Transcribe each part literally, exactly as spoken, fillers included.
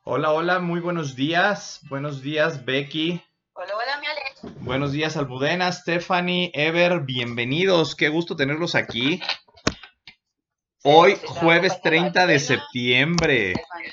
Hola, hola, muy buenos días. Buenos días, Becky. Hola, hola, mi Alex. Buenos días, Almudena, Stephanie, Ever. Bienvenidos. Qué gusto tenerlos aquí. Se Hoy, nos está jueves acompañando treinta de Almudena y septiembre. Stephanie.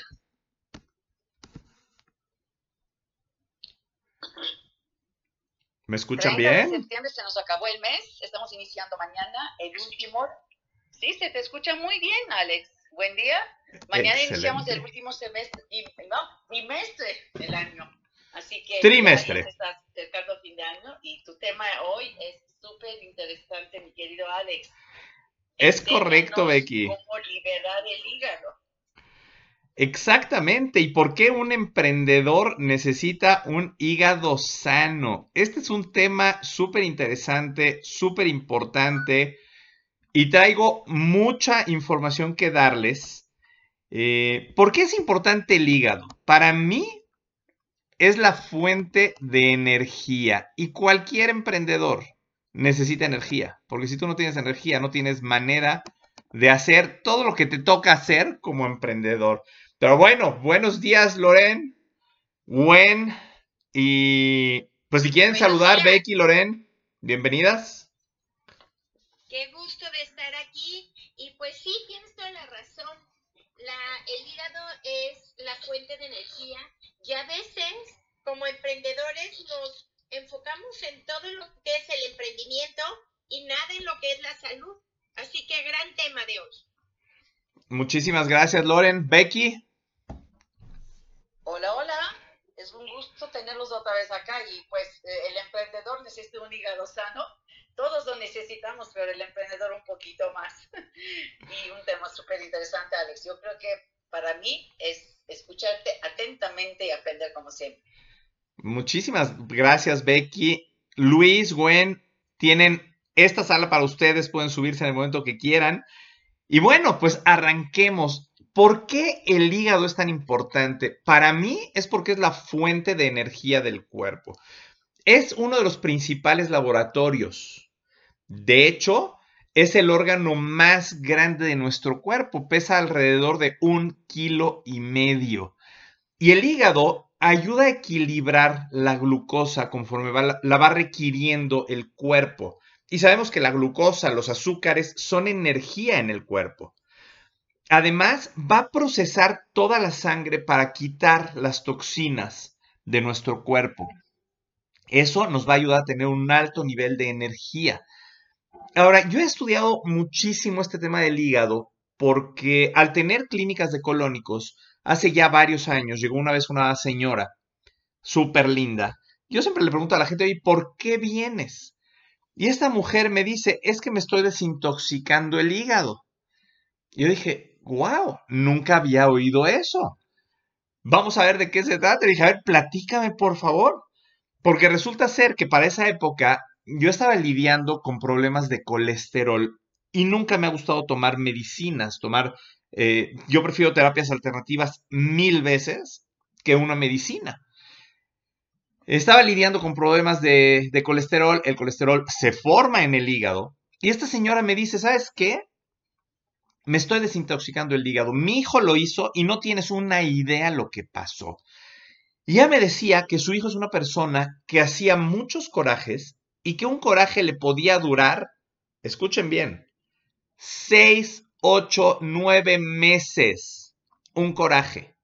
¿Me escuchan treinta de bien? septiembre se nos acabó el mes. Estamos iniciando mañana el último. Sí, se te escucha muy bien, Alex. Buen día. Mañana iniciamos el Excelente. último semestre, y, no, trimestre del año. Así que ya, ya se Trimestre. está acercando fin de año y tu tema hoy es súper interesante, mi querido Alex. Es correcto, Enséñanos Becky. cómo liberar el hígado. Exactamente. ¿Y por qué un emprendedor necesita un hígado sano? Este es un tema súper interesante, súper importante. Y traigo mucha información que darles. Eh, ¿por qué es importante el hígado? Para mí es la fuente de energía y cualquier emprendedor necesita energía, porque si tú no tienes energía, no tienes manera de hacer todo lo que te toca hacer como emprendedor. Pero bueno, buenos días, Loren, Gwen, y pues si quieren Buenos saludar, días. Becky, Loren, bienvenidas. Qué gusto de estar aquí. Y pues sí, tienes toda la razón. La, el hígado es la fuente de energía y a veces como emprendedores nos enfocamos en todo lo que es el emprendimiento y nada en lo que es la salud. Así que gran tema de hoy. Muchísimas gracias, Loren. Becky, Hola, hola. Es un gusto tenerlos otra vez acá y pues eh, el emprendedor necesita un hígado sano. Todos lo necesitamos, pero el emprendedor un poquito más. Y un tema súper interesante, Alex. Yo creo que para mí es escucharte atentamente y aprender como siempre. muchísimas gracias, Becky. Luis, Gwen, tienen esta sala para ustedes, pueden subirse en el momento que quieran. Y bueno, pues arranquemos. ¿Por qué el hígado es tan importante? Para mí es porque es la fuente de energía del cuerpo. Es uno de los principales laboratorios. De hecho, es el órgano más grande de nuestro cuerpo. Pesa alrededor de un kilo y medio. Y el hígado ayuda a equilibrar la glucosa conforme va, la va requiriendo el cuerpo. Y sabemos que la glucosa, los azúcares, son energía en el cuerpo. Además, va a procesar toda la sangre para quitar las toxinas de nuestro cuerpo. Eso nos va a ayudar a tener un alto nivel de energía. Ahora, yo he estudiado muchísimo este tema del hígado porque al tener clínicas de colónicos, hace ya varios años, llegó una vez una señora súper linda. Yo siempre le pregunto a la gente, oye, ¿por qué vienes? Y esta mujer me dice, es que me estoy desintoxicando el hígado. Y yo dije, wow, nunca había oído eso. Vamos a ver de qué se trata. Y dije, a ver, platícame por favor. Porque resulta ser que para esa época yo estaba lidiando con problemas de colesterol y nunca me ha gustado tomar medicinas, tomar, eh, yo prefiero terapias alternativas mil veces que una medicina. Estaba lidiando con problemas de, de colesterol, el colesterol se forma en el hígado y esta señora me dice, ¿sabes qué? Me estoy desintoxicando el hígado. Mi hijo lo hizo y no tienes una idea lo que pasó. Y ella me decía que su hijo es una persona que hacía muchos corajes y que un coraje le podía durar, escuchen bien, seis, ocho, nueve meses. Un coraje.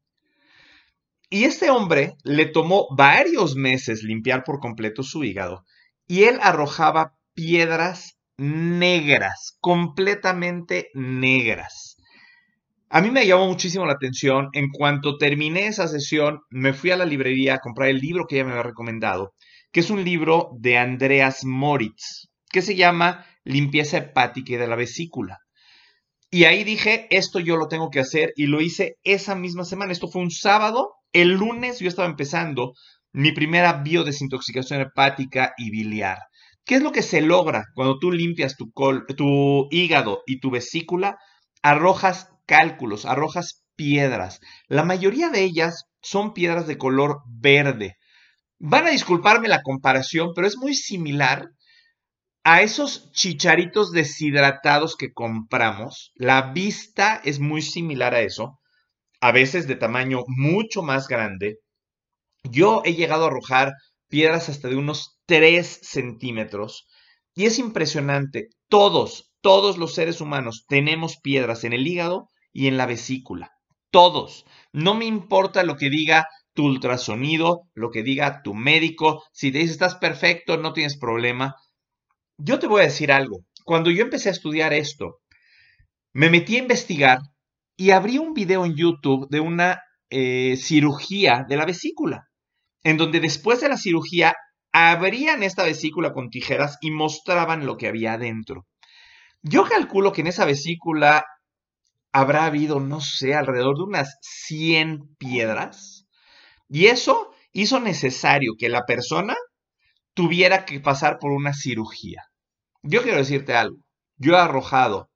Y este hombre le tomó varios meses limpiar por completo su hígado y él arrojaba piedras negras, completamente negras. A mí me llamó muchísimo la atención. En cuanto terminé esa sesión, me fui a la librería a comprar el libro que ella me había recomendado, que es un libro de Andreas Moritz, que se llama Limpieza hepática y de la vesícula. Y ahí dije, esto yo lo tengo que hacer y lo hice esa misma semana. Esto fue un sábado. El lunes yo estaba empezando mi primera biodesintoxicación hepática y biliar. ¿Qué es lo que se logra cuando tú limpias tu, col, tu hígado y tu vesícula? Arrojas cálculos, arrojas piedras. La mayoría de ellas son piedras de color verde. Van a disculparme la comparación, pero es muy similar a esos chicharitos deshidratados que compramos. La vista es muy similar a eso. a veces de tamaño mucho más grande. Yo he llegado a arrojar piedras hasta de unos tres centímetros y es impresionante. Todos, todos los seres humanos tenemos piedras en el hígado y en la vesícula. Todos. No me importa lo que diga tu ultrasonido, lo que diga tu médico. Si te dice estás perfecto, no tienes problema. Yo te voy a decir algo. Cuando yo empecé a estudiar esto, me metí a investigar y abrí un video en YouTube de una eh, cirugía de la vesícula, en donde después de la cirugía abrían esta vesícula con tijeras y mostraban lo que había adentro. Yo calculo que en esa vesícula habrá habido, no sé, alrededor de unas cien piedras. Y eso hizo necesario que la persona tuviera que pasar por una cirugía. Yo quiero decirte algo. Yo he arrojado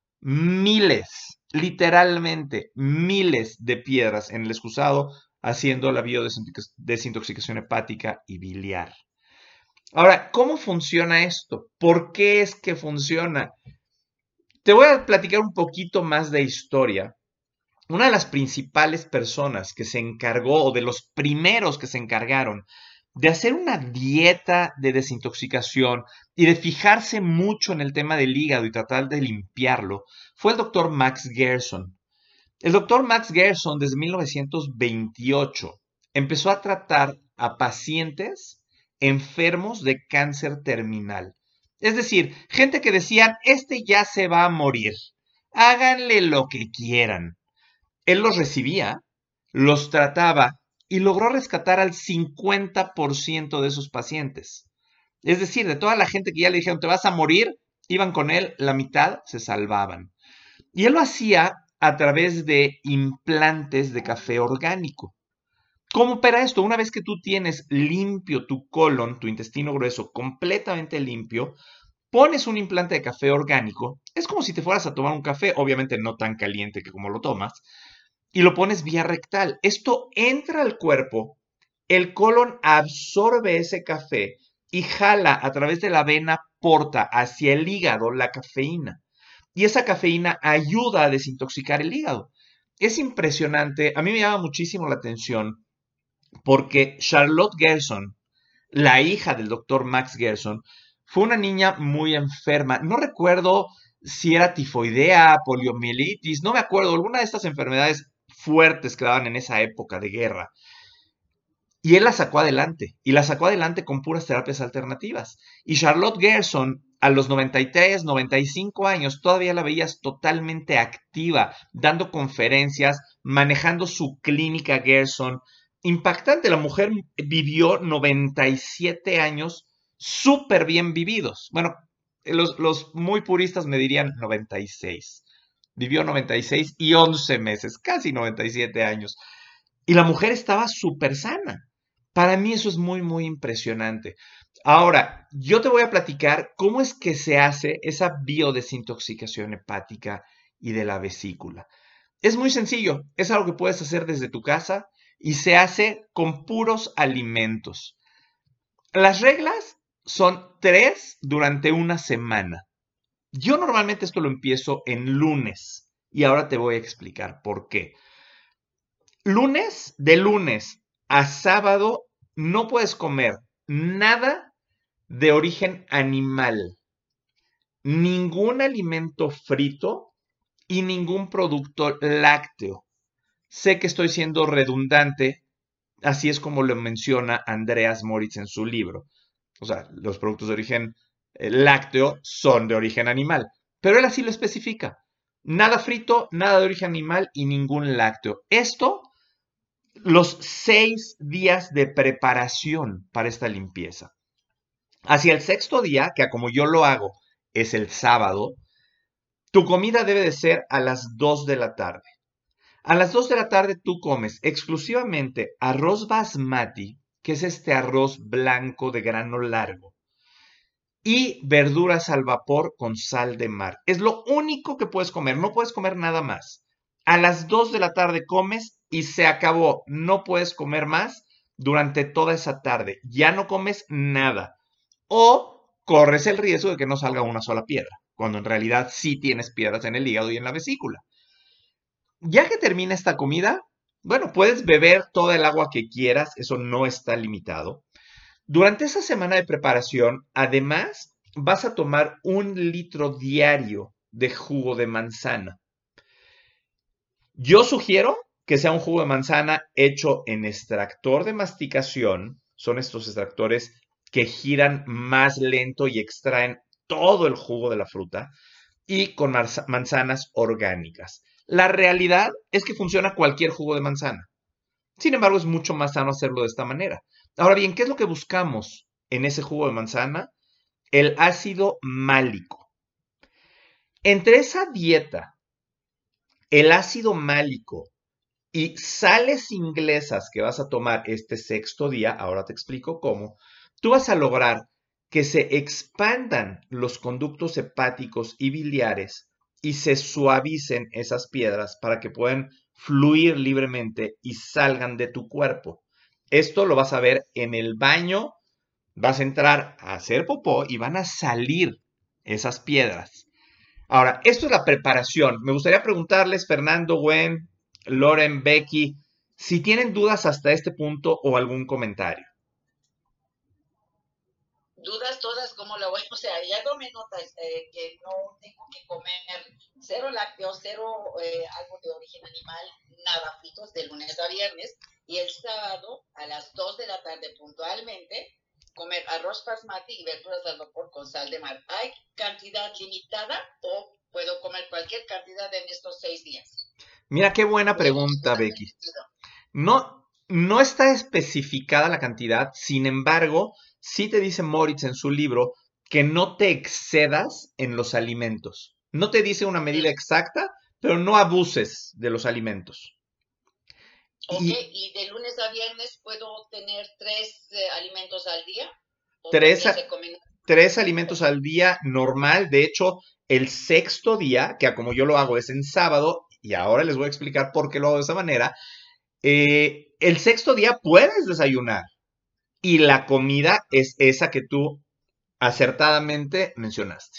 miles, literalmente miles de piedras en el excusado haciendo la biodesintoxicación hepática y biliar. Ahora, ¿cómo funciona esto? ¿Por qué es que funciona? Te voy a platicar un poquito más de historia. Una de las principales personas que se encargó, o de los primeros que se encargaron de hacer una dieta de desintoxicación y de fijarse mucho en el tema del hígado y tratar de limpiarlo, fue el doctor Max Gerson. El doctor Max Gerson, desde mil novecientos veintiocho, empezó a tratar a pacientes enfermos de cáncer terminal. Es decir, gente que decían, este ya se va a morir, háganle lo que quieran. Él los recibía, los trataba y logró rescatar al cincuenta por ciento de sus pacientes. Es decir, de toda la gente que ya le dijeron te vas a morir, iban con él, la mitad se salvaban. Y él lo hacía a través de implantes de café orgánico. ¿Cómo opera esto? Una vez que tú tienes limpio tu colon, tu intestino grueso, completamente limpio, pones un implante de café orgánico. Es como si te fueras a tomar un café, obviamente no tan caliente que como lo tomas, y lo pones vía rectal. Esto entra al cuerpo, el colon absorbe ese café y jala a través de la vena porta hacia el hígado la cafeína. Y esa cafeína ayuda a desintoxicar el hígado. Es impresionante, a mí me llama muchísimo la atención porque Charlotte Gerson, la hija del doctor Max Gerson, fue una niña muy enferma. No recuerdo si era tifoidea, poliomielitis, no me acuerdo, alguna de estas enfermedades fuertes que daban en esa época de guerra. Y él la sacó adelante, y la sacó adelante con puras terapias alternativas. Y Charlotte Gerson, a los noventa y tres, noventa y cinco años, todavía la veías totalmente activa, dando conferencias, manejando su clínica Gerson. Impactante, la mujer vivió noventa y siete años súper bien vividos. Bueno, los, los muy puristas me dirían noventa y seis. Vivió noventa y seis y once meses, casi noventa y siete años. Y la mujer estaba súper sana. Para mí eso es muy, muy impresionante. Ahora, yo te voy a platicar cómo es que se hace esa biodesintoxicación hepática y de la vesícula. Es muy sencillo, es algo que puedes hacer desde tu casa y se hace con puros alimentos. Las reglas son tres durante una semana. Yo normalmente esto lo empiezo en lunes y ahora te voy a explicar por qué. Lunes, de lunes a sábado, no puedes comer nada de origen animal, ningún alimento frito y ningún producto lácteo. Sé que estoy siendo redundante, así es como lo menciona Andreas Moritz en su libro. O sea, los productos de origen eh, lácteo son de origen animal, pero él así lo especifica. Nada frito, nada de origen animal y ningún lácteo. Esto los seis días de preparación para esta limpieza. Hacia el sexto día, que como yo lo hago es el sábado, tu comida debe de ser a las dos de la tarde. A las dos de la tarde tú comes exclusivamente arroz basmati, que es este arroz blanco de grano largo, y verduras al vapor con sal de mar. Es lo único que puedes comer, no puedes comer nada más. A las dos de la tarde comes y se acabó. No puedes comer más durante toda esa tarde. Ya no comes nada. O corres el riesgo de que no salga una sola piedra, cuando en realidad sí tienes piedras en el hígado y en la vesícula. Ya que termina esta comida, Bueno, puedes beber toda el agua que quieras, eso no está limitado. Durante esa semana de preparación, además, vas a tomar un litro diario de jugo de manzana. Yo sugiero que sea un jugo de manzana hecho en extractor de masticación. Son estos extractores que giran más lento y extraen todo el jugo de la fruta y con manzanas orgánicas. La realidad es que funciona cualquier jugo de manzana. Sin embargo, es mucho más sano hacerlo de esta manera. Ahora bien, ¿qué es lo que buscamos en ese jugo de manzana? El ácido málico. Entre esa dieta, el ácido málico y sales inglesas que vas a tomar este sexto día, ahora te explico cómo, tú vas a lograr que se expandan los conductos hepáticos y biliares y se suavicen esas piedras para que puedan fluir libremente y salgan de tu cuerpo. Esto lo vas a ver en el baño, vas a entrar a hacer popó y van a salir esas piedras. Ahora, esto es la preparación. Me gustaría preguntarles, Fernando, Gwen, Loren, Becky, si tienen dudas hasta este punto o algún comentario. Dudas todas, ¿cómo lo voy? O sea, ya tomé nota eh, que no tengo que comer cero lácteos, cero eh, algo de origen animal, nada fritos de lunes a viernes. Y el sábado a las dos de la tarde puntualmente comer arroz basmati y verduras al vapor con sal de mar. ¿Hay cantidad limitada o puedo comer cualquier cantidad en estos seis días? Mira, qué buena pregunta, Becky. No, no está especificada la cantidad, sin embargo, sí te dice Moritz en su libro que no te excedas en los alimentos. No te dice una medida exacta, pero no abuses de los alimentos. Ok, y, y de lunes a viernes puedo tener tres eh, alimentos al día. ¿O tres, se comen? tres alimentos al día normal. De hecho, el sexto día, que como yo lo hago es en sábado, y ahora les voy a explicar por qué lo hago de esa manera. Eh, el sexto día puedes desayunar y la comida es esa que tú acertadamente mencionaste.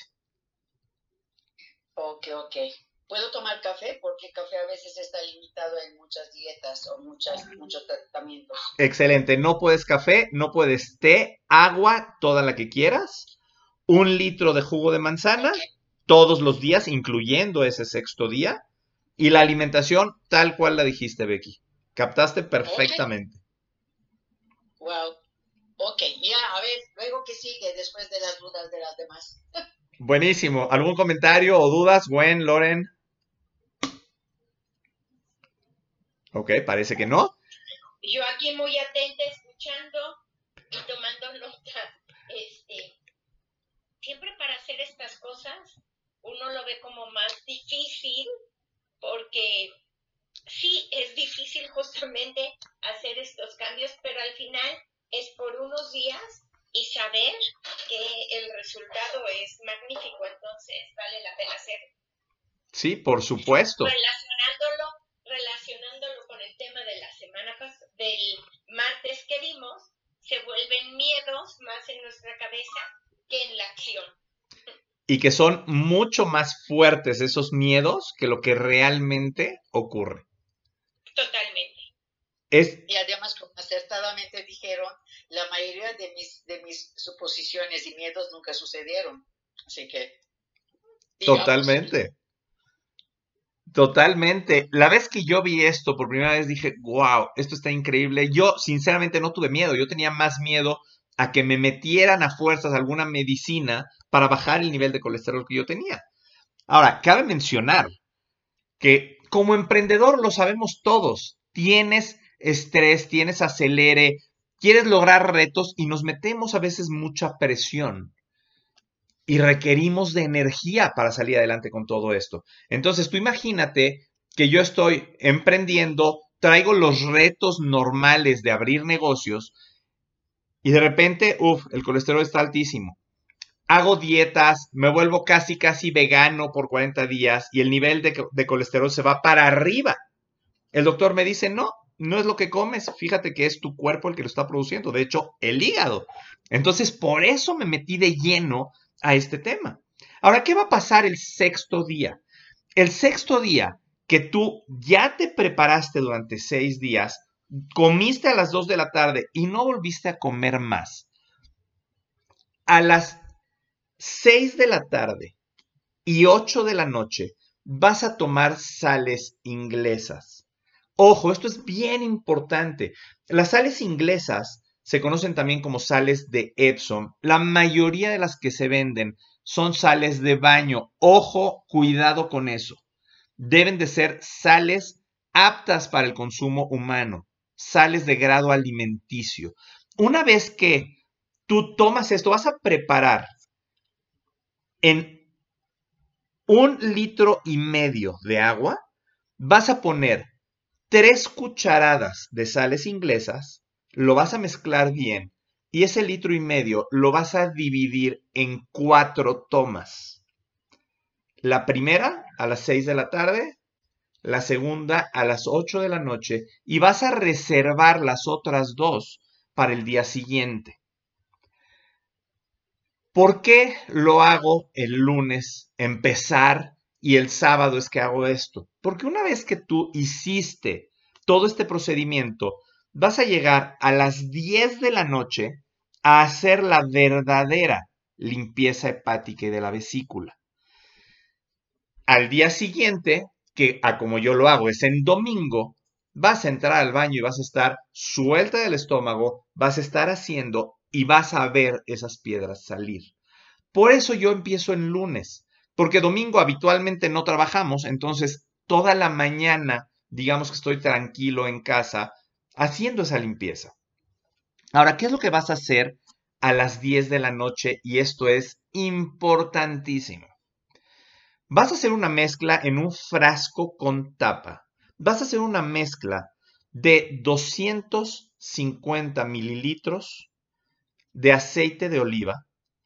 Ok, ok. ¿Puedo tomar café? Porque el café a veces está limitado en muchas dietas o muchas, muchos tratamientos. Excelente. No puedes café, no puedes té, agua, toda la que quieras. Un litro de jugo de manzana Okay. todos los días, incluyendo ese sexto día. Y la alimentación tal cual la dijiste, Becky. Captaste perfectamente. Okay. Wow. Ok, ya, a ver, luego qué sigue después de las dudas de las demás. Buenísimo. ¿Algún comentario o dudas, Gwen, Loren? Ok, parece que no. Yo aquí muy atenta, escuchando y tomando nota. Este, siempre para hacer estas cosas, uno lo ve como más difícil, porque sí es difícil justamente hacer estos cambios, pero al final es por unos días y saber que el resultado es magnífico, entonces vale la pena hacerlo. Sí, por supuesto. Relacionándolo, relacionándolo con el tema de la semana pasada, del martes que vimos, se vuelven miedos más en nuestra cabeza que en la acción. Y que son mucho más fuertes esos miedos que lo que realmente ocurre. Totalmente. Es... Y además, como acertadamente dijeron, la mayoría de mis, de mis suposiciones y miedos nunca sucedieron. Así que... Digamos. Totalmente. Totalmente. La vez que yo vi esto por primera vez dije, wow, esto está increíble. Yo sinceramente no tuve miedo, yo tenía más miedo a que me metieran a fuerzas alguna medicina para bajar el nivel de colesterol que yo tenía. Ahora, cabe mencionar que como emprendedor lo sabemos todos, tienes estrés, tienes acelere, quieres lograr retos y nos metemos a veces mucha presión y requerimos de energía para salir adelante con todo esto. Entonces, tú imagínate que yo estoy emprendiendo, traigo los retos normales de abrir negocios y de repente, uff, el colesterol está altísimo. Hago dietas, me vuelvo casi, casi vegano por cuarenta días y el nivel de, de colesterol se va para arriba. El doctor me dice, no, no es lo que comes, fíjate que es tu cuerpo el que lo está produciendo, de hecho, el hígado. Entonces, por eso me metí de lleno a este tema. Ahora, ¿qué va a pasar el sexto día? El sexto día que tú ya te preparaste durante seis días, comiste a las dos de la tarde y no volviste a comer más. A las seis de la tarde y ocho de la noche vas a tomar sales inglesas. Ojo, esto es bien importante. Las sales inglesas se conocen también como sales de Epsom. La mayoría de las que se venden son sales de baño. Ojo, cuidado con eso. Deben de ser sales aptas para el consumo humano, sales de grado alimenticio. Una vez que tú tomas esto, vas a preparar en un litro y medio de agua, vas a poner tres cucharadas de sales inglesas, lo vas a mezclar bien y ese litro y medio lo vas a dividir en cuatro tomas. La primera a las seis de la tarde, la segunda a las ocho de la noche y vas a reservar las otras dos para el día siguiente. ¿Por qué lo hago el lunes, empezar, y el sábado es que hago esto? Porque una vez que tú hiciste todo este procedimiento, vas a llegar a las diez de la noche a hacer la verdadera limpieza hepática y de la vesícula. Al día siguiente, que a como yo lo hago es en domingo, vas a entrar al baño y vas a estar suelta del estómago, vas a estar haciendo y vas a ver esas piedras salir. Por eso yo empiezo en lunes, porque domingo habitualmente no trabajamos, entonces toda la mañana, digamos que estoy tranquilo en casa haciendo esa limpieza. Ahora, ¿qué es lo que vas a hacer a las diez de la noche? Y esto es importantísimo. Vas a hacer una mezcla en un frasco con tapa. Vas a hacer una mezcla de doscientos cincuenta mililitros de aceite de oliva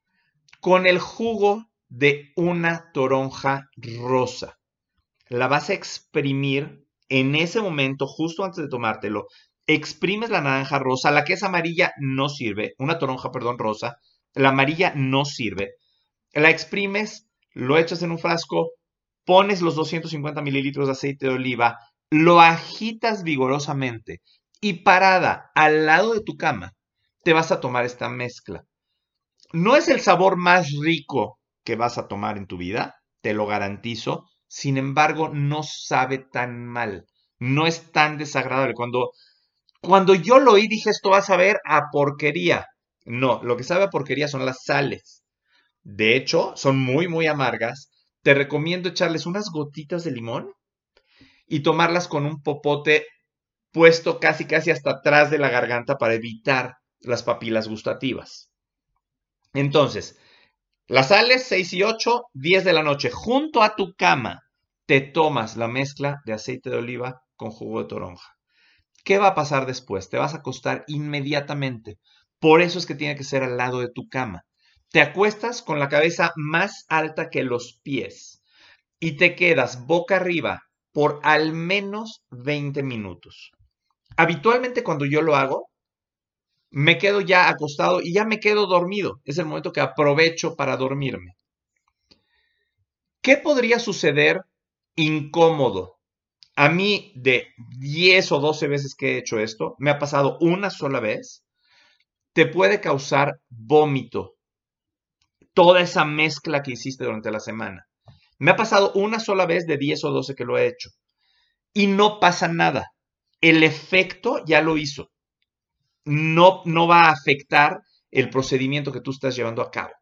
con el jugo de una toronja rosa. La vas a exprimir en ese momento, justo antes de tomártelo. Exprimes la naranja rosa, la que es amarilla no sirve, una toronja, perdón, rosa. La amarilla no sirve. La exprimes, lo echas en un frasco, pones los doscientos cincuenta mililitros de aceite de oliva, lo agitas vigorosamente y parada al lado de tu cama, te vas a tomar esta mezcla. No es el sabor más rico que vas a tomar en tu vida, te lo garantizo. Sin embargo, no sabe tan mal. No es tan desagradable. Cuando, cuando yo lo oí, dije, esto va a saber a porquería. No, lo que sabe a porquería son las sales. De hecho, son muy, muy amargas. Te recomiendo echarles unas gotitas de limón y tomarlas con un popote puesto casi, casi hasta atrás de la garganta para evitar las papilas gustativas. Entonces, las sales seis y ocho, diez de la noche, junto a tu cama, te tomas la mezcla de aceite de oliva con jugo de toronja. ¿Qué va a pasar después? Te vas a acostar inmediatamente. Por eso es que tiene que ser al lado de tu cama. Te acuestas con la cabeza más alta que los pies y te quedas boca arriba por al menos veinte minutos. Habitualmente cuando yo lo hago, me quedo ya acostado y ya me quedo dormido. Es el momento que aprovecho para dormirme. ¿Qué podría suceder incómodo? A mí, de diez o doce veces que he hecho esto, me ha pasado una sola vez. Te puede causar vómito. Toda esa mezcla que hiciste durante la semana. Me ha pasado una sola vez de diez o doce que lo he hecho. Y no pasa nada. El efecto ya lo hizo. No, no va a afectar el procedimiento que tú estás llevando a cabo.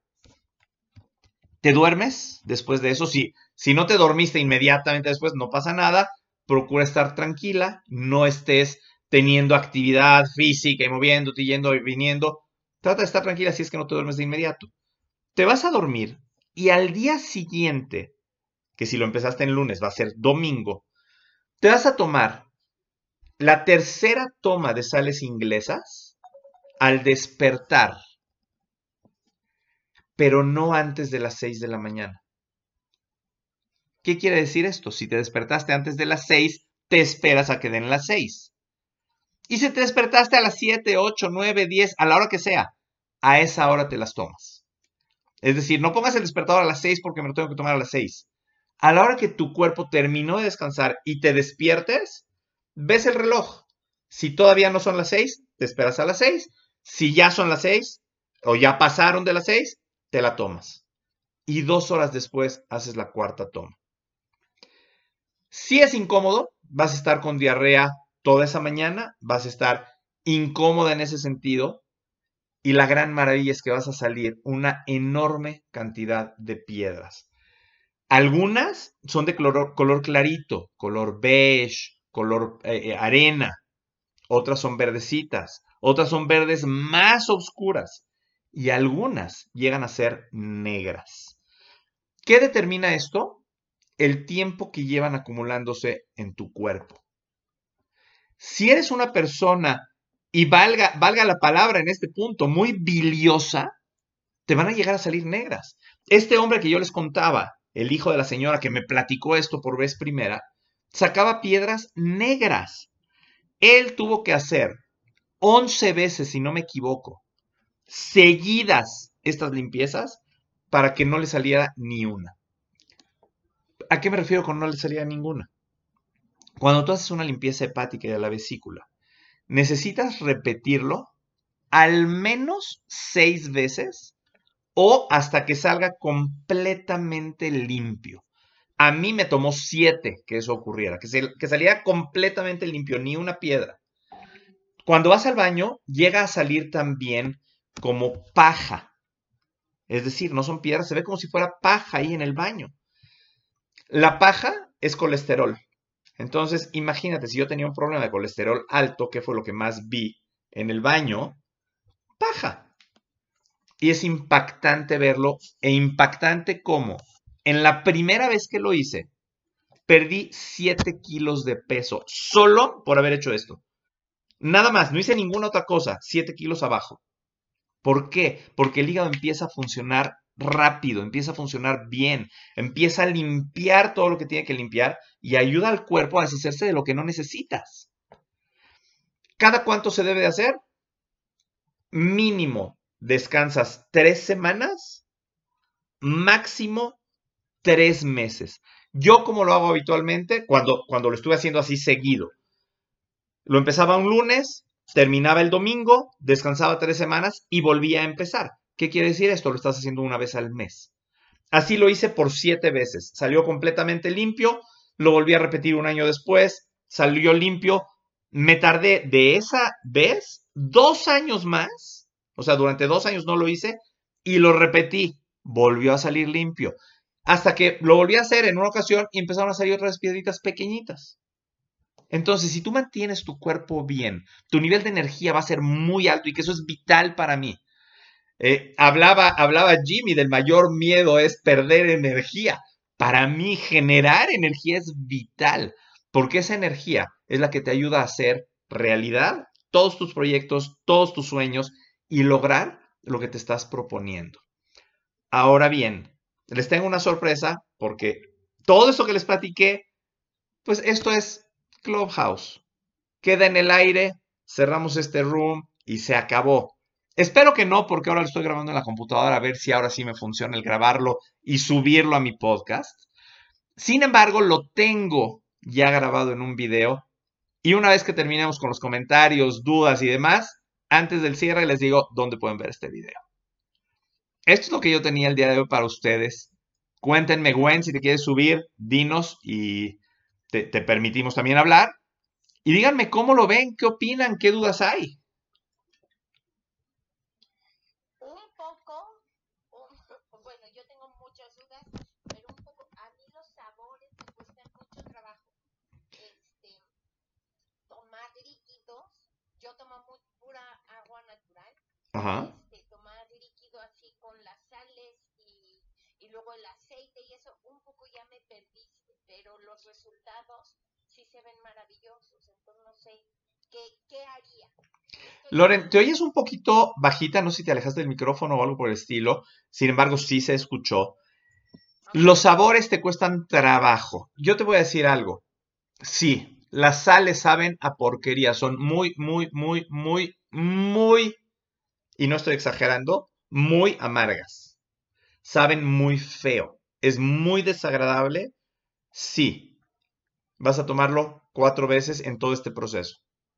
¿Te duermes después de eso? Si, si no te dormiste inmediatamente después, no pasa nada. Procura estar tranquila, no estés teniendo actividad física y moviéndote, yendo y viniendo. Trata de estar tranquila si es que no te duermes de inmediato. Te vas a dormir y al día siguiente, que si lo empezaste en lunes va a ser domingo, te vas a tomar la tercera toma de sales inglesas al despertar, pero no antes de las seis de la mañana. ¿Qué quiere decir esto? Si te despertaste antes de las seis, te esperas a que den las seis. Y si te despertaste a las siete, ocho, nueve, diez, a la hora que sea, a esa hora te las tomas. Es decir, no pongas el despertador a las seis porque me lo tengo que tomar a las seis. A la hora que tu cuerpo terminó de descansar y te despiertes, ves el reloj. Si todavía no son las seis, te esperas a las seis. Si ya son las seis o ya pasaron de las seis, te la tomas. Y dos horas después haces la cuarta toma. Si es incómodo, vas a estar con diarrea toda esa mañana, vas a estar incómoda en ese sentido, y la gran maravilla es que vas a salir una enorme cantidad de piedras. Algunas son de color, color clarito, color beige, color eh, arena, otras son verdecitas, otras son verdes más oscuras y algunas llegan a ser negras. ¿Qué determina esto? El tiempo que llevan acumulándose en tu cuerpo. Si eres una persona, y valga, valga la palabra en este punto, muy biliosa, te van a llegar a salir negras. Este hombre que yo les contaba, el hijo de la señora que me platicó esto por vez primera, sacaba piedras negras. Él tuvo que hacer once veces, si no me equivoco, seguidas estas limpiezas para que no le saliera ni una. ¿A qué me refiero con no le salía ninguna? Cuando tú haces una limpieza hepática de la vesícula, necesitas repetirlo al menos seis veces o hasta que salga completamente limpio. A mí me tomó siete que eso ocurriera, que, se, que saliera completamente limpio, ni una piedra. Cuando vas al baño, llega a salir también como paja. Es decir, no son piedras, se ve como si fuera paja ahí en el baño. La paja es colesterol. Entonces, imagínate, si yo tenía un problema de colesterol alto, ¿qué fue lo que más vi en el baño? Paja. Y es impactante verlo, e impactante como en la primera vez que lo hice, perdí siete kilos de peso solo por haber hecho esto. Nada más, no hice ninguna otra cosa, siete kilos abajo. ¿Por qué? Porque el hígado empieza a funcionar rápido, empieza a funcionar bien, empieza a limpiar todo lo que tiene que limpiar y ayuda al cuerpo a deshacerse de lo que no necesitas. ¿Cada cuánto se debe de hacer? Mínimo descansas tres semanas, máximo tres meses. Yo, como lo hago habitualmente, cuando, cuando lo estuve haciendo así seguido, lo empezaba un lunes, terminaba el domingo, descansaba tres semanas y volvía a empezar. ¿Qué quiere decir esto? Lo estás haciendo una vez al mes. Así lo hice por siete veces. Salió completamente limpio, lo volví a repetir un año después, salió limpio. Me tardé de esa vez dos años más, o sea, durante dos años no lo hice y lo repetí. Volvió a salir limpio. Hasta que lo volví a hacer en una ocasión y empezaron a salir otras piedritas pequeñitas. Entonces, si tú mantienes tu cuerpo bien, tu nivel de energía va a ser muy alto y que eso es vital para mí. Eh, hablaba, hablaba Jimmy del mayor miedo es perder energía. Para mí, generar energía es vital, porque esa energía es la que te ayuda a hacer realidad todos tus proyectos, todos tus sueños y lograr lo que te estás proponiendo. Ahora bien, les tengo una sorpresa porque todo eso que les platiqué, pues esto es Clubhouse. Queda en el aire, cerramos este room y se acabó. Espero que no, porque ahora lo estoy grabando en la computadora a ver si ahora sí me funciona el grabarlo y subirlo a mi podcast. Sin embargo, lo tengo ya grabado en un video y una vez que terminemos con los comentarios, dudas y demás, antes del cierre les digo dónde pueden ver este video. Esto es lo que yo tenía el día de hoy para ustedes. Cuéntenme, Gwen, si te quieres subir, dinos y te, te permitimos también hablar. Y díganme cómo lo ven, qué opinan, qué dudas hay. Un poco, un, bueno, yo tengo muchas dudas, pero un poco, a mí los sabores me cuestan mucho trabajo. Este, tomar líquidos, yo tomo muy pura agua natural. Ajá. Este, tomar líquido así con las sales y, y luego el aceite y eso, un poco ya me perdiste, pero los resultados sí se ven maravillosos, entonces no sé qué, qué haría. Loren, te oyes un poquito bajita, no sé si te alejaste del micrófono o algo por el estilo, sin embargo sí se escuchó. Los sabores te cuestan trabajo. Yo te voy a decir algo. Sí, las sales saben a porquería, son muy, muy, muy, muy, muy, y no estoy exagerando, muy amargas. Saben muy feo. Es muy desagradable Sí, vas a tomarlo cuatro veces en todo este proceso.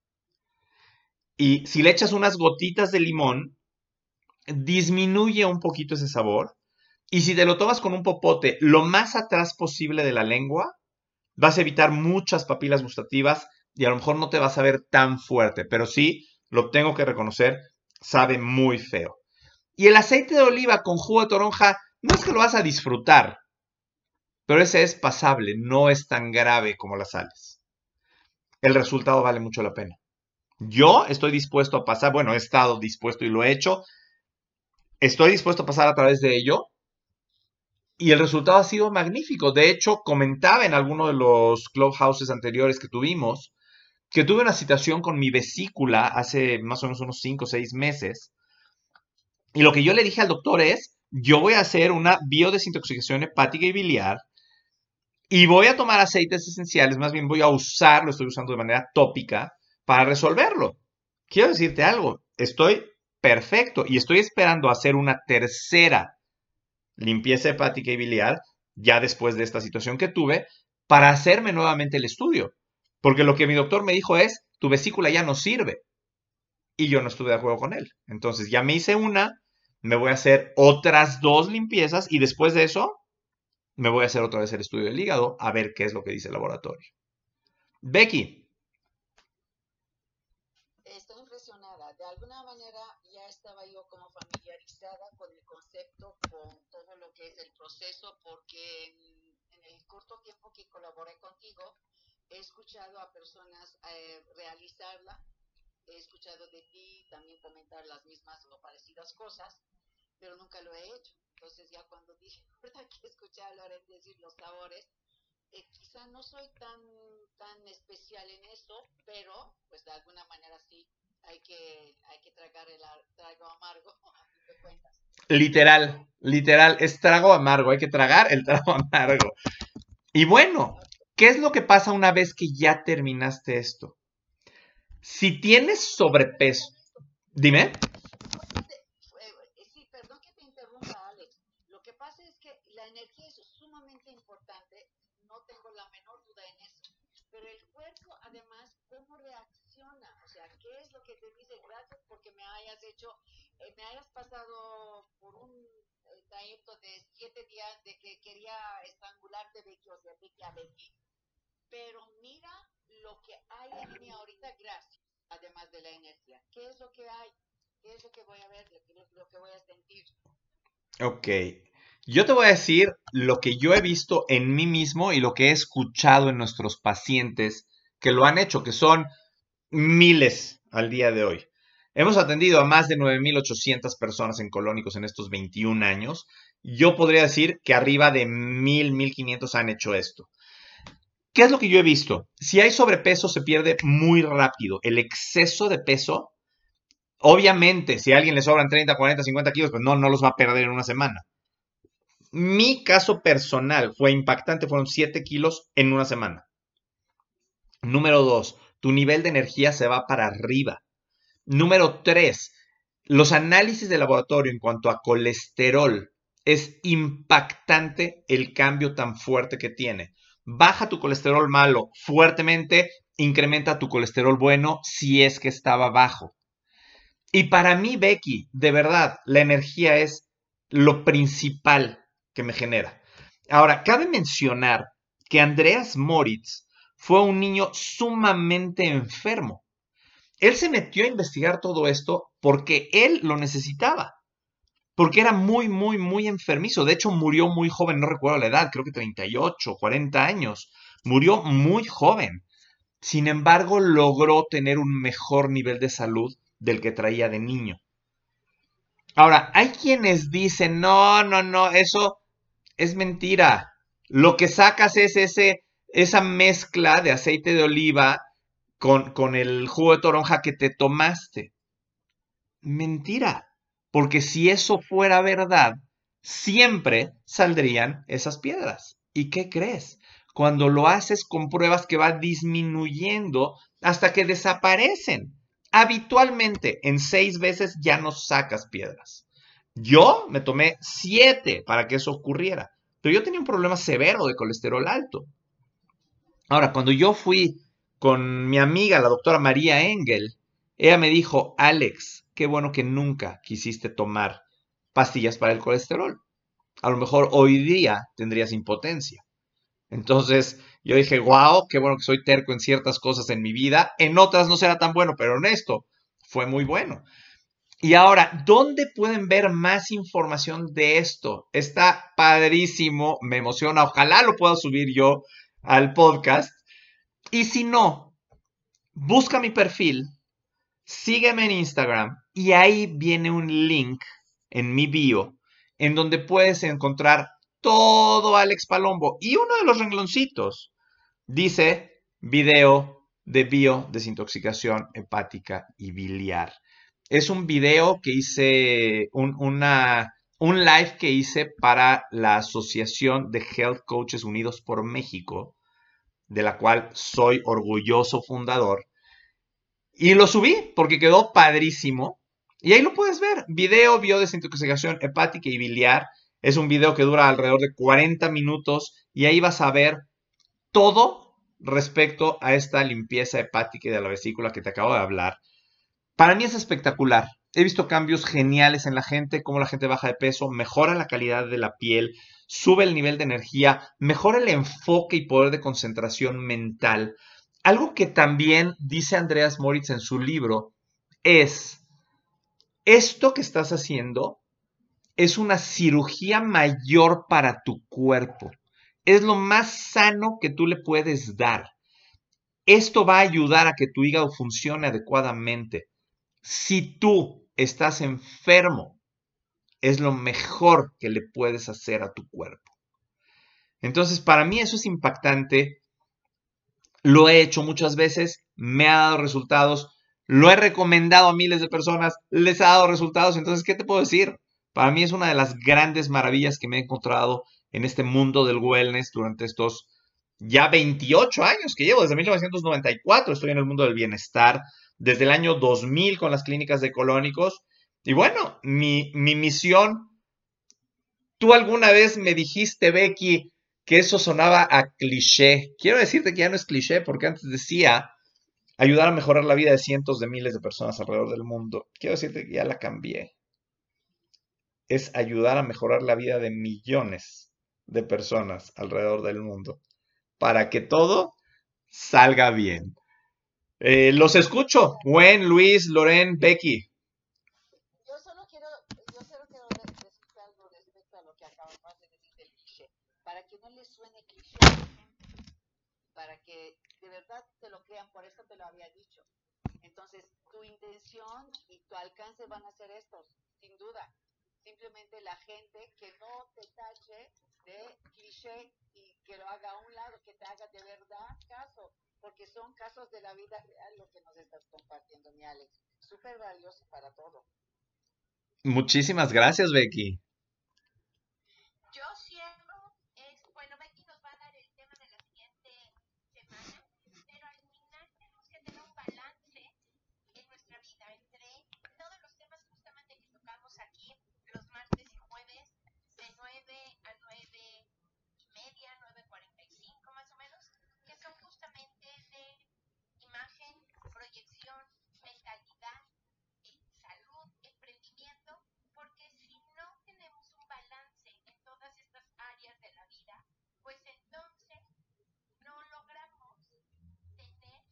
Y si le echas unas gotitas de limón, disminuye un poquito ese sabor. Y si te lo tomas con un popote lo más atrás posible de la lengua, vas a evitar muchas papilas gustativas y a lo mejor no te vas a ver tan fuerte, pero sí, lo tengo que reconocer, sabe muy feo. Y el aceite de oliva con jugo de toronja, no es que lo vas a disfrutar, pero ese es pasable, no es tan grave como las sales. El resultado vale mucho la pena. Yo estoy dispuesto a pasar, bueno, he estado dispuesto y lo he hecho, estoy dispuesto a pasar a través de ello y el resultado ha sido magnífico. De hecho, comentaba en alguno de los clubhouses anteriores que tuvimos que tuve una situación con mi vesícula hace más o menos unos cinco o seis meses. Y lo que yo le dije al doctor es, yo voy a hacer una biodesintoxicación hepática y biliar y voy a tomar aceites esenciales, más bien voy a usar, lo estoy usando de manera tópica para resolverlo. Quiero decirte algo, estoy perfecto y estoy esperando hacer una tercera limpieza hepática y biliar ya después de esta situación que tuve para hacerme nuevamente el estudio. Porque lo que mi doctor me dijo es, tu vesícula ya no sirve. Y yo no estuve de acuerdo con él. Entonces ya me hice una, me voy a hacer otras dos limpiezas y después de eso me voy a hacer otra vez el estudio del hígado a ver qué es lo que dice el laboratorio. Becky. Estoy impresionada. De alguna manera ya estaba yo como familiarizada con el concepto, con todo lo que es el proceso, porque en, en el corto tiempo que colaboré contigo, he escuchado a personas eh, realizarla, he escuchado de ti también comentar las mismas o parecidas cosas, pero nunca lo he hecho. Entonces ya cuando dije, ¿verdad? Que escuchar a Loren decir los sabores, eh, quizá no soy tan tan especial en eso, pero pues de alguna manera sí hay que hay que tragar el trago amargo a fin de cuentas. Literal, literal, es trago amargo, hay que tragar el trago amargo. Y bueno, ¿qué es lo que pasa una vez que ya terminaste esto? Si tienes sobrepeso, dime. Sí, perdón que te interrumpa, Alex. Lo que pasa es que la energía es sumamente importante, no tengo la menor duda en eso. Pero el cuerpo, además, ¿cómo reacciona? O sea, ¿qué es lo que te dice? Gracias porque me hayas hecho, eh, me hayas pasado por un eh, trayecto de siete días de que quería estrangularte, Becky, o sea, Becky a Becky. Pero mira lo que hay en mí ahorita, gracias, además de la energía. ¿Qué es lo que hay? ¿Qué es lo que voy a ver? Lo que, lo que voy a sentir. Ok. Yo te voy a decir lo que yo he visto en mí mismo y lo que he escuchado en nuestros pacientes que lo han hecho, que son miles al día de hoy. Hemos atendido a más de nueve mil ochocientas personas en colónicos en estos veintiún años. Yo podría decir que arriba de mil, mil quinientos han hecho esto. ¿Qué es lo que yo he visto? Si hay sobrepeso se pierde muy rápido. El exceso de peso, obviamente, si a alguien le sobran treinta, cuarenta, cincuenta kilos, pues no, no los va a perder en una semana. Mi caso personal fue impactante, fueron siete kilos en una semana. Número dos, tu nivel de energía se va para arriba. Número tres, los análisis de laboratorio en cuanto a colesterol, es impactante el cambio tan fuerte que tiene. Baja tu colesterol malo fuertemente, incrementa tu colesterol bueno si es que estaba bajo. Y para mí, Becky, de verdad, la energía es lo principal que me genera. Ahora, cabe mencionar que Andreas Moritz fue un niño sumamente enfermo. Él se metió a investigar todo esto porque él lo necesitaba. Porque era muy, muy, muy enfermizo. De hecho, murió muy joven, no recuerdo la edad, creo que treinta y ocho, cuarenta años. Murió muy joven. Sin embargo, logró tener un mejor nivel de salud del que traía de niño. Ahora, hay quienes dicen, no, no, no, eso es mentira. Lo que sacas es ese, esa mezcla de aceite de oliva con, con el jugo de toronja que te tomaste. Mentira. Porque si eso fuera verdad, siempre saldrían esas piedras. ¿Y qué crees? Cuando lo haces con pruebas que va disminuyendo hasta que desaparecen. Habitualmente en seis veces ya no sacas piedras. Yo me tomé siete para que eso ocurriera. Pero yo tenía un problema severo de colesterol alto. Ahora, cuando yo fui con mi amiga, la doctora María Engel, ella me dijo, Alex, qué bueno que nunca quisiste tomar pastillas para el colesterol. A lo mejor hoy día tendrías impotencia. Entonces yo dije, wow, qué bueno que soy terco en ciertas cosas en mi vida. En otras no será tan bueno, pero en esto fue muy bueno. Y ahora, ¿dónde pueden ver más información de esto? Está padrísimo, me emociona. Ojalá lo pueda subir yo al podcast. Y si no, busca mi perfil, sígueme en Instagram y ahí viene un link en mi bio en donde puedes encontrar todo Alex Palombo. Y uno de los rengloncitos dice video de biodesintoxicación hepática y biliar. Es un video que hice, un, una, un live que hice para la Asociación de Health Coaches Unidos por México, de la cual soy orgulloso fundador. Y lo subí porque quedó padrísimo. Y ahí lo puedes ver. Video biodesintoxicación hepática y biliar. Es un video que dura alrededor de cuarenta minutos y ahí vas a ver todo respecto a esta limpieza hepática y de la vesícula que te acabo de hablar. Para mí es espectacular. He visto cambios geniales en la gente, cómo la gente baja de peso, mejora la calidad de la piel, sube el nivel de energía, mejora el enfoque y poder de concentración mental. Algo que también dice Andreas Moritz en su libro es, esto que estás haciendo es una cirugía mayor para tu cuerpo. Es lo más sano que tú le puedes dar. Esto va a ayudar a que tu hígado funcione adecuadamente. Si tú estás enfermo, es lo mejor que le puedes hacer a tu cuerpo. Entonces, para mí eso es impactante. Lo he hecho muchas veces, me ha dado resultados, lo he recomendado a miles de personas, les ha dado resultados. Entonces, ¿qué te puedo decir? Para mí es una de las grandes maravillas que me he encontrado en este mundo del wellness durante estos ya veintiocho años que llevo, desde mil novecientos noventa y cuatro estoy en el mundo del bienestar, desde el año dos mil con las clínicas de colónicos. Y bueno, mi, mi misión, tú alguna vez me dijiste, Becky, que eso sonaba a cliché. Quiero decirte que ya no es cliché, porque antes decía ayudar a mejorar la vida de cientos de miles de personas alrededor del mundo. Quiero decirte que ya la cambié. Es ayudar a mejorar la vida de millones de personas alrededor del mundo para que todo salga bien. Eh, los escucho. Gwen, Luis, Loren, Becky. Yo solo quiero, yo solo quiero decirte algo respecto a lo que acabas de decir del cliché, para que no les suene cliché, para que de verdad te lo crean, por eso te lo había dicho. Entonces, tu intención y tu alcance van a ser estos, sin duda. Simplemente la gente que no te tache de cliché y que lo haga a un lado, que te haga de verdad caso, porque son casos de la vida real lo que nos estás compartiendo, mi Alex. Súper valioso para todo. Muchísimas gracias, Becky. Yo cierro, es, bueno, Becky nos va a dar el tema de la siguiente semana, pero al final tenemos que tener un balance en nuestra vida entre todos los temas justamente que tocamos aquí los martes y jueves de nueve a nueve y media, nueve cuarenta y cinco más o menos, que son justamente de imagen, proyección, mentalidad, eh, salud, emprendimiento, porque si no tenemos un balance en todas estas áreas de la vida, pues entonces no logramos tener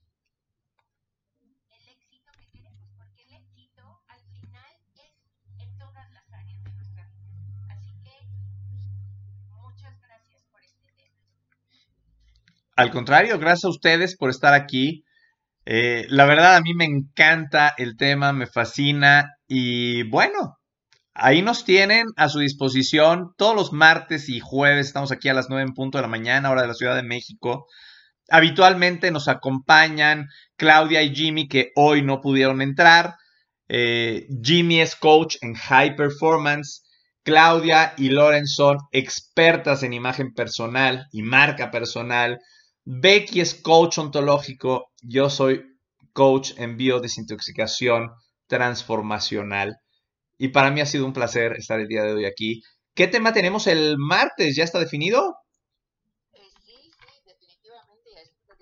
el éxito que queremos, porque el éxito al final es en todas las áreas de nuestra vida. Así que muchas gracias por este tema. Al contrario, gracias a ustedes por estar aquí. Eh, la verdad, a mí me encanta el tema, me fascina y bueno, ahí nos tienen a su disposición todos los martes y jueves. Estamos aquí a las nueve en punto de la mañana, hora de la Ciudad de México. Habitualmente nos acompañan Claudia y Jimmy, que hoy no pudieron entrar. Eh, Jimmy es coach en high performance. Claudia y Loren son expertas en imagen personal y marca personal. Becky es coach ontológico. Yo soy coach en biodesintoxicación transformacional. Y para mí ha sido un placer estar el día de hoy aquí. ¿Qué tema tenemos el martes? ¿Ya está definido? Eh, sí, sí, definitivamente, ya está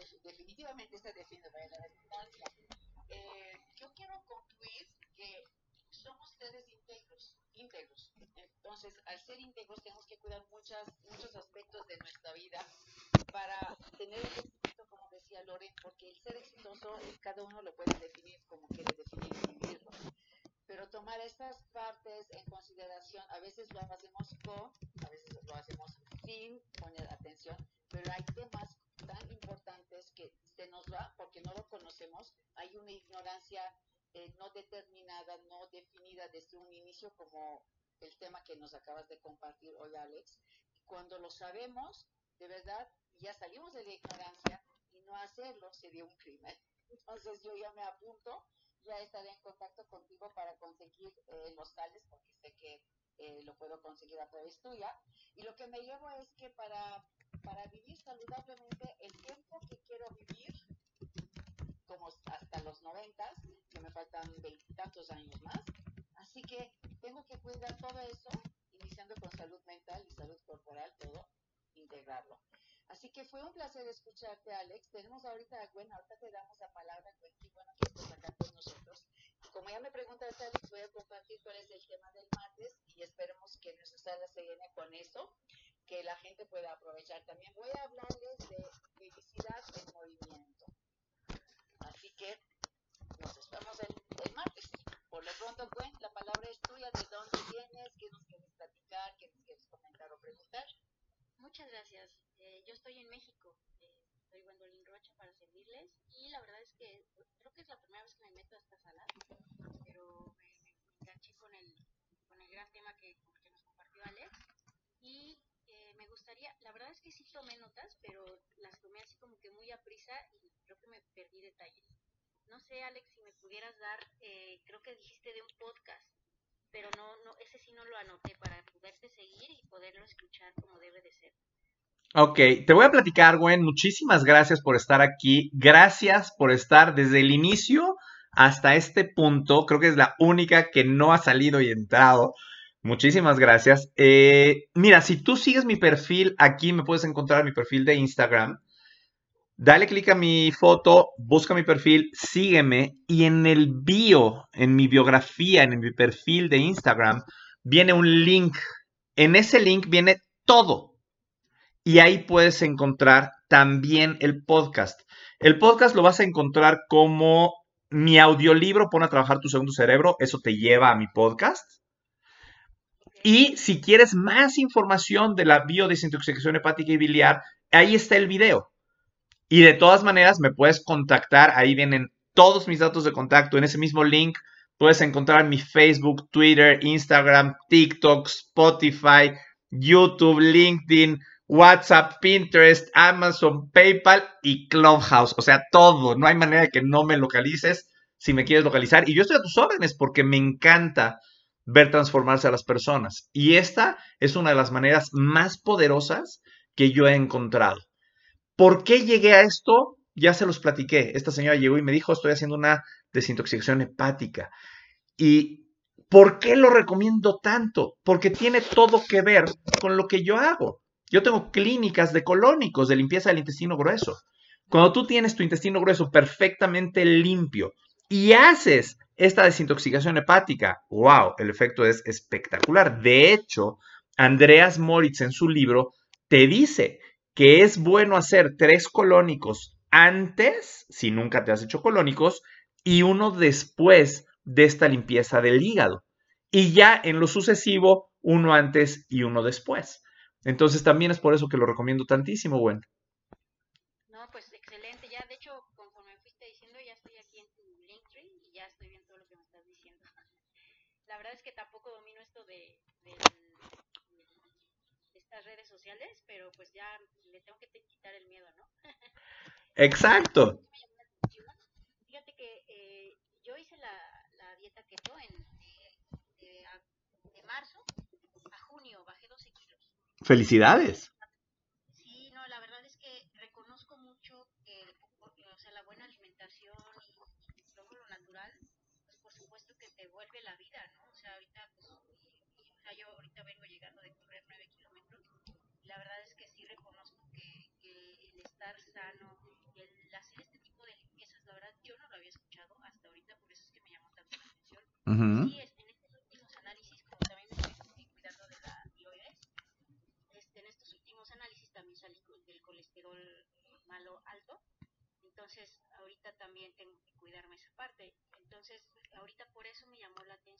Entonces, al ser íntegros tenemos que cuidar muchas, muchos aspectos de nuestra vida para tener el éxito, como decía Loren, porque el ser exitoso cada uno lo puede definir como quiere definir y vivirlo. Pero tomar estas partes en consideración, a veces lo hacemos con, a veces lo hacemos sin poner atención, pero hay temas tan importantes que se nos va porque no lo conocemos, hay una ignorancia eh, no determinada, no definida desde un inicio, como el tema que nos acabas de compartir hoy, Alex. Cuando lo sabemos, de verdad, ya salimos de la ignorancia, y no hacerlo sería un crimen. Entonces yo ya me apunto, ya estaré en contacto contigo para conseguir eh, los tales, porque sé que eh, lo puedo conseguir a través tuya. Y lo que me llevo es que para, para vivir saludablemente, el tiempo que quiero vivir, como hasta los noventas, que me faltan veintitantos años más, así que tengo que cuidar todo eso, iniciando con salud mental y salud corporal, todo, integrarlo. Así que fue un placer escucharte, Alex. Tenemos ahorita a Gwen, ahorita te damos la palabra, Gwen, y bueno que estés acá con nosotros. Como ya me preguntaste, Alex, voy a compartir cuál es el tema del martes y esperemos que nuestra sala se llene con eso, que la gente pueda aprovechar. También voy a hablarles de felicidad en movimiento. Así que nos estamos el, el martes. Por lo pronto, Gwen, la palabra es tuya. ¿De dónde vienes? ¿Qué nos quieres platicar? ¿Qué nos quieres comentar o preguntar? Muchas gracias. Eh, yo estoy en México. Eh, soy Gwendolyn Rocha para servirles. Y la verdad es que creo que es la primera vez que me meto a esta sala, pero me, me, me enganché con el, con el gran tema que, que nos compartió Alex. Y eh, me gustaría, la verdad es que sí tomé notas, pero las tomé así como que muy a prisa y creo que me perdí detalles. No sé, Alex, si me pudieras dar, eh, creo que dijiste de un podcast, pero no, no, ese sí no lo anoté para poderte seguir y poderlo escuchar como debe de ser. Ok, te voy a platicar, Gwen. Muchísimas gracias por estar aquí. Gracias por estar desde el inicio hasta este punto. Creo que es la única que no ha salido y entrado. Muchísimas gracias. Eh, mira, si tú sigues mi perfil, aquí me puedes encontrar mi perfil de Instagram. Dale clic a mi foto, busca mi perfil, sígueme y en el bio, en mi biografía, en mi perfil de Instagram, viene un link. En ese link viene todo. Y ahí puedes encontrar también el podcast. El podcast lo vas a encontrar como mi audiolibro, Pon a trabajar tu segundo cerebro. Eso te lleva a mi podcast. Y si quieres más información de la biodesintoxicación hepática y biliar, ahí está el video. Y de todas maneras me puedes contactar. Ahí vienen todos mis datos de contacto. En ese mismo link puedes encontrar mi Facebook, Twitter, Instagram, TikTok, Spotify, YouTube, LinkedIn, WhatsApp, Pinterest, Amazon, PayPal y Clubhouse. O sea, todo. No hay manera de que no me localices si me quieres localizar. Y yo estoy a tus órdenes porque me encanta ver transformarse a las personas. Y esta es una de las maneras más poderosas que yo he encontrado. ¿Por qué llegué a esto? Ya se los platiqué. Esta señora llegó y me dijo, estoy haciendo una desintoxicación hepática. ¿Y por qué lo recomiendo tanto? Porque tiene todo que ver con lo que yo hago. Yo tengo clínicas de colónicos, de limpieza del intestino grueso. Cuando tú tienes tu intestino grueso perfectamente limpio y haces esta desintoxicación hepática, wow, el efecto es espectacular. De hecho, Andreas Moritz en su libro te dice que es bueno hacer tres colónicos antes, si nunca te has hecho colónicos, y uno después de esta limpieza del hígado. Y ya en lo sucesivo, uno antes y uno después. Entonces también es por eso que lo recomiendo tantísimo, Gwen. No, pues excelente. Ya, de hecho, conforme me fuiste diciendo, ya estoy aquí en tu Linktree y ya estoy viendo todo lo que me estás diciendo. La verdad es que tampoco domino esto de, de, de estas redes sociales, pero pues ya le tengo que quitar el miedo, ¿no? Exacto. Fíjate que eh, yo hice la, la dieta keto en, de, de, de marzo a junio, bajé doce kilos. Felicidades. Sí, no, la verdad es que reconozco mucho que, o sea, la buena alimentación y, y todo lo natural, pues por supuesto que te vuelve la vida, ¿no? O sea, ahorita, pues, y, y, o sea, yo ahorita vengo llegando de correr nueve kilómetros y la verdad es que sí reconozco que, que el estar sano y el hacer este tipo de limpiezas, la verdad, yo no lo había escuchado hasta ahorita, por eso es que me llamó tanto la atención. Uh-huh. Sí, es, en estos últimos análisis, como también me estoy cuidando de la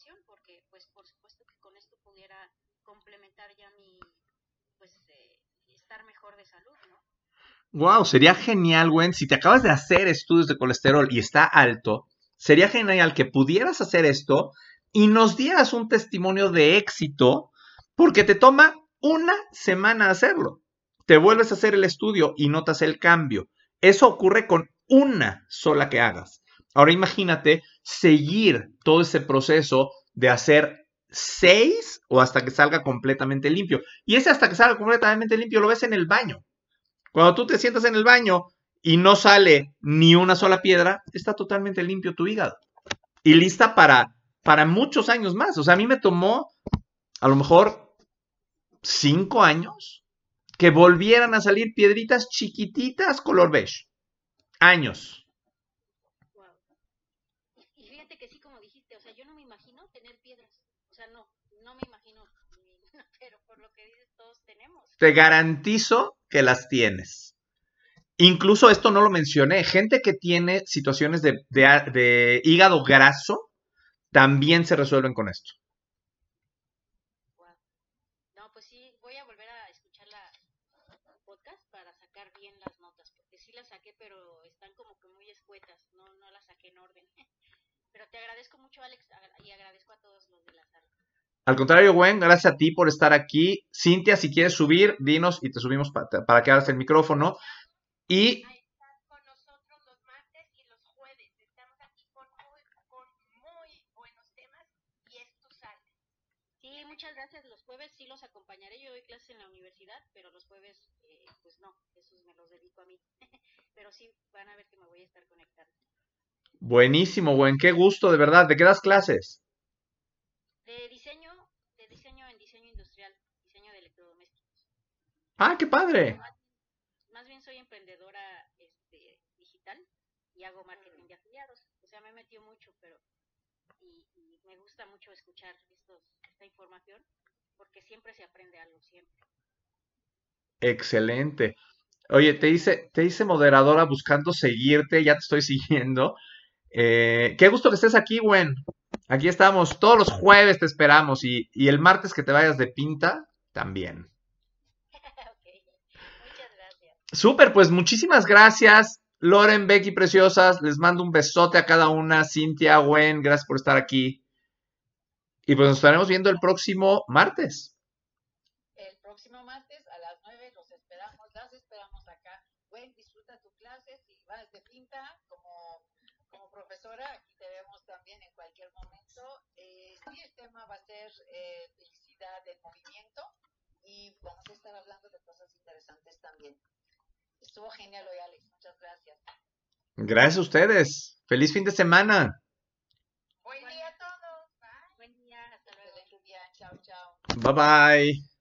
información, porque pues por supuesto que con esto pudiera complementar ya mi, pues, eh, estar mejor de salud, ¿no? Wow, sería genial, Gwen, si te acabas de hacer estudios de colesterol y está alto, sería genial que pudieras hacer esto y nos dieras un testimonio de éxito, porque te toma una semana hacerlo. Te vuelves a hacer el estudio y notas el cambio. Eso ocurre con una sola que hagas. Ahora imagínate seguir todo ese proceso de hacer seis o hasta que salga completamente limpio. Y ese hasta que salga completamente limpio lo ves en el baño. Cuando tú te sientas en el baño y no sale ni una sola piedra, está totalmente limpio tu hígado. Y lista para, para muchos años más. O sea, a mí me tomó a lo mejor cinco años que volvieran a salir piedritas chiquititas color beige. Años. Wow. Y, y fíjate que sí, como dijiste, o sea, yo no me imagino tener piedras. O sea, no, no me imagino, pero por lo que dices, todos tenemos. Te garantizo que las tienes. Incluso esto no lo mencioné. Gente que tiene situaciones de, de, de hígado graso también se resuelven con esto. Wow. No, pues sí, voy a volver a escuchar la podcast para sacar bien las notas, porque sí las saqué, pero están como que muy escuetas, no, no las saqué en orden. Pero te agradezco mucho, Alex, y agradezco a todos los de la sala. Al contrario, Gwen, gracias a ti por estar aquí. Cintia, si quieres subir, dinos y te subimos para, para que hagas el micrófono. Y A estar con nosotros los martes y los jueves. Estamos aquí con muy, con muy buenos temas y es tu sala. Sí, muchas gracias. Los jueves sí los acompañaré. Yo doy clases en la universidad, pero los jueves, eh, pues no, esos me los dedico a mí. Pero sí van a ver que me voy a estar conectando. buenísimo, Gwen, qué gusto, de verdad. ¿De qué das clases? De diseño, de diseño en diseño industrial, diseño de electrodomésticos. Ah, qué padre. Más, más bien soy emprendedora este, digital y hago marketing de afiliados. O sea, me he metido mucho, pero y, y me gusta mucho escuchar estos, esta información porque siempre se aprende algo, siempre. Excelente. Oye, te hice, te hice moderadora buscando seguirte, ya te estoy siguiendo. Eh, qué gusto que estés aquí, Gwen. Aquí estamos, todos los jueves te esperamos y, y el martes que te vayas de pinta, también. Ok, muchas gracias. Súper, pues muchísimas gracias, Loren, Becky, preciosas. Les mando un besote a cada una. Cintia, Gwen, gracias por estar aquí. Y pues nos estaremos viendo el próximo martes. El próximo martes a las nueve los esperamos, las esperamos acá. Gwen, disfruta tu clase, si vas de pinta como, como profesora, aquí te vemos también en cualquier momento. Eh, sí, el tema va a ser eh, felicidad del movimiento y vamos a estar hablando de cosas interesantes también. Estuvo genial hoy, Alex, muchas gracias. Gracias a ustedes. Feliz fin de semana. Buen día a todos. Bye. Buen día, hasta luego. Excelente día, chao, chao. Bye bye.